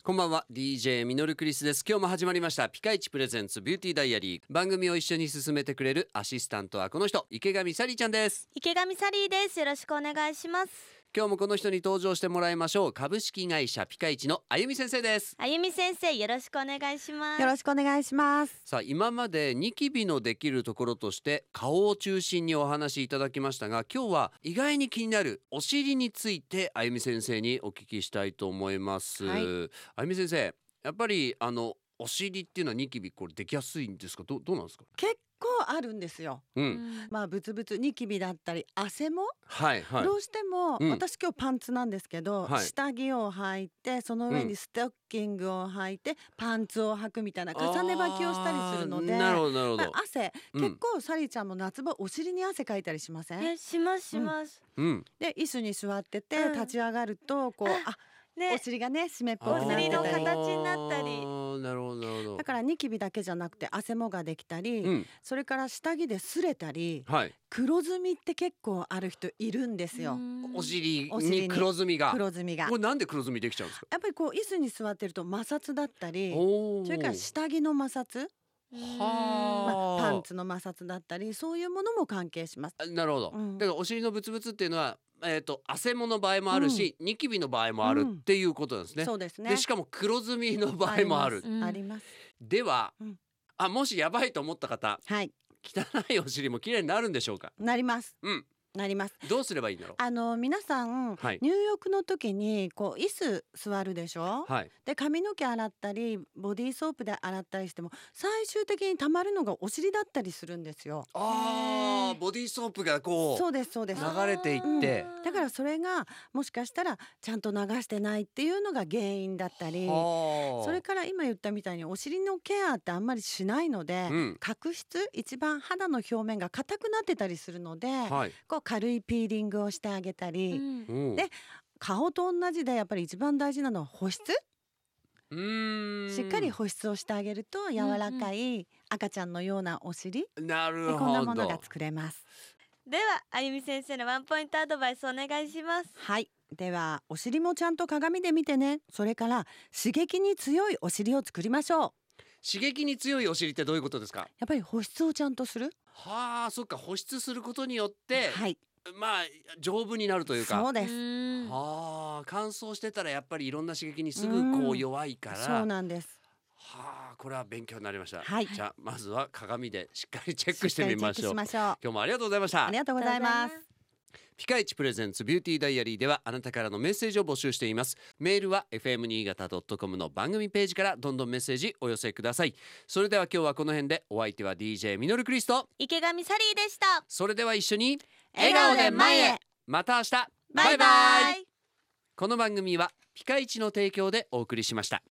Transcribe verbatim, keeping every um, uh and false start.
こんばんは、 ディージェー ミノルクリスです。今日も始まりましたピカイチプレゼンツビューティーダイアリー。番組を一緒に進めてくれるアシスタントはこの人、池上サリーちゃんです。 池上サリーです。よろしくお願いします。 今日もこの人に登場してもらいましょう。株式会社ピカイチのあゆみ先生です。 あゆみ先生、よろしくお願いします。 よろしくお願いします。 さあ、今までニキビのできるところとして顔を中心にお話しいただきましたが、今日は意外に気になるお尻についてあゆみ先生にお聞きしたいと思います、 はい、 あゆみ先生、やっぱりあのお尻っていうのはニキビこれできやすいんですか？ ど, どうなんですか？ 結構あるんですよ、 う、 うんんまあブツブツニキビだったり汗も、 はいはい、 どうしても、 うん私今日パンツなんですけど、 はい下着を履いてその上にストッキングを履いて、パンツを履くみたいな重ね履きをしたりするので、 あーなるほどなるほど、 まあ汗、 うん結構サリーちゃんも夏場お尻に汗かいたりしません？ えしますします、 うんで椅子に座ってて、 うん立ち上がるとこうああね、 お尻がね湿っぽくなってお尻のたり、 形になったり、 あーなるほどなるほど、 だからニキビだけじゃなくて汗もができたり、 うんそれから下着で擦れたり、 はい、 黒ずみって結構ある人いるんですよ。 うんお尻にお尻に黒ずみが、 黒ずみがこれなんで黒ずみできちゃうんですか？ やっぱりこう椅子に座ってると摩擦だったり、 おーそれから下着の摩擦、 はまあ、パンツの摩擦だったり、そういうものも関係します。 あ、なるほど、 うんだからお尻のブツブツっていうのは、えー、と汗もの場合もあるし、ニキビの場合もあるうんっていうことなんですね、 そうですね。 でしかも黒ずみの場合もある。 うんあります。 では、 うんあ、もしやばいと思った方、 はい、 汚いお尻も綺麗になるんでしょうか？ なります。 うんなります。 どうすればいいんだろあの皆さん、 はい入浴の時にこう椅子座るでしょ、 う。はい、 で髪の毛洗ったりボディーソープで洗ったりしても最終的に溜まるのがお尻だったりするんですよ。 あーボディーソープがこそううですそうです。 流れていって、 だからそれがもしかしたらちゃんと流してないっていうのが原因だったり、 はあそれから今言ったみたいにお尻のケアってあんまりしないので、 うん角質、一番肌の表面が硬くなってたりするので、 はい、 こう軽いピーリングをしてあげたり、 うんうんで顔と同じでやっぱり一番大事なのは保湿、 うーんしっかり保湿をしてあげると柔らかい赤ちゃんのようなお尻、 なるほど、 でこんなものが作れます。 ではあゆみ先生のワンポイントアドバイスお願いします。 はい、ではお尻もちゃんと鏡で見てね。それから刺激に強いお尻を作りましょう。 刺激に強いお尻ってどういうことですか？ やっぱり保湿をちゃんとする。 はあ、そっか、保湿することによって、 はい、 まあ丈夫になるというか、 そうです。 うんはあ、乾燥してたらやっぱりいろんな刺激にすぐこう弱いから、 そうなんです。 はあ、これは勉強になりました、 はいじゃあまずは鏡でしっかりチェックしてみましょう。 しっかりチェックしましょう。 今日もありがとうございましたあり。がとうございます。 ピカイチプレゼンツビューティーダイアリーではあなたからのメッセージを募集しています。メールは エフエム 新潟 ドットコム の番組ページからどんどんメッセージお寄せください。それでは今日はこの辺で、お相手は ディージェー ミノルクリスト。 池上サリーでした。 それでは一緒に笑顔で前へ。 また明日。 バイバイ。 この番組はピカイチの提供でお送りしました。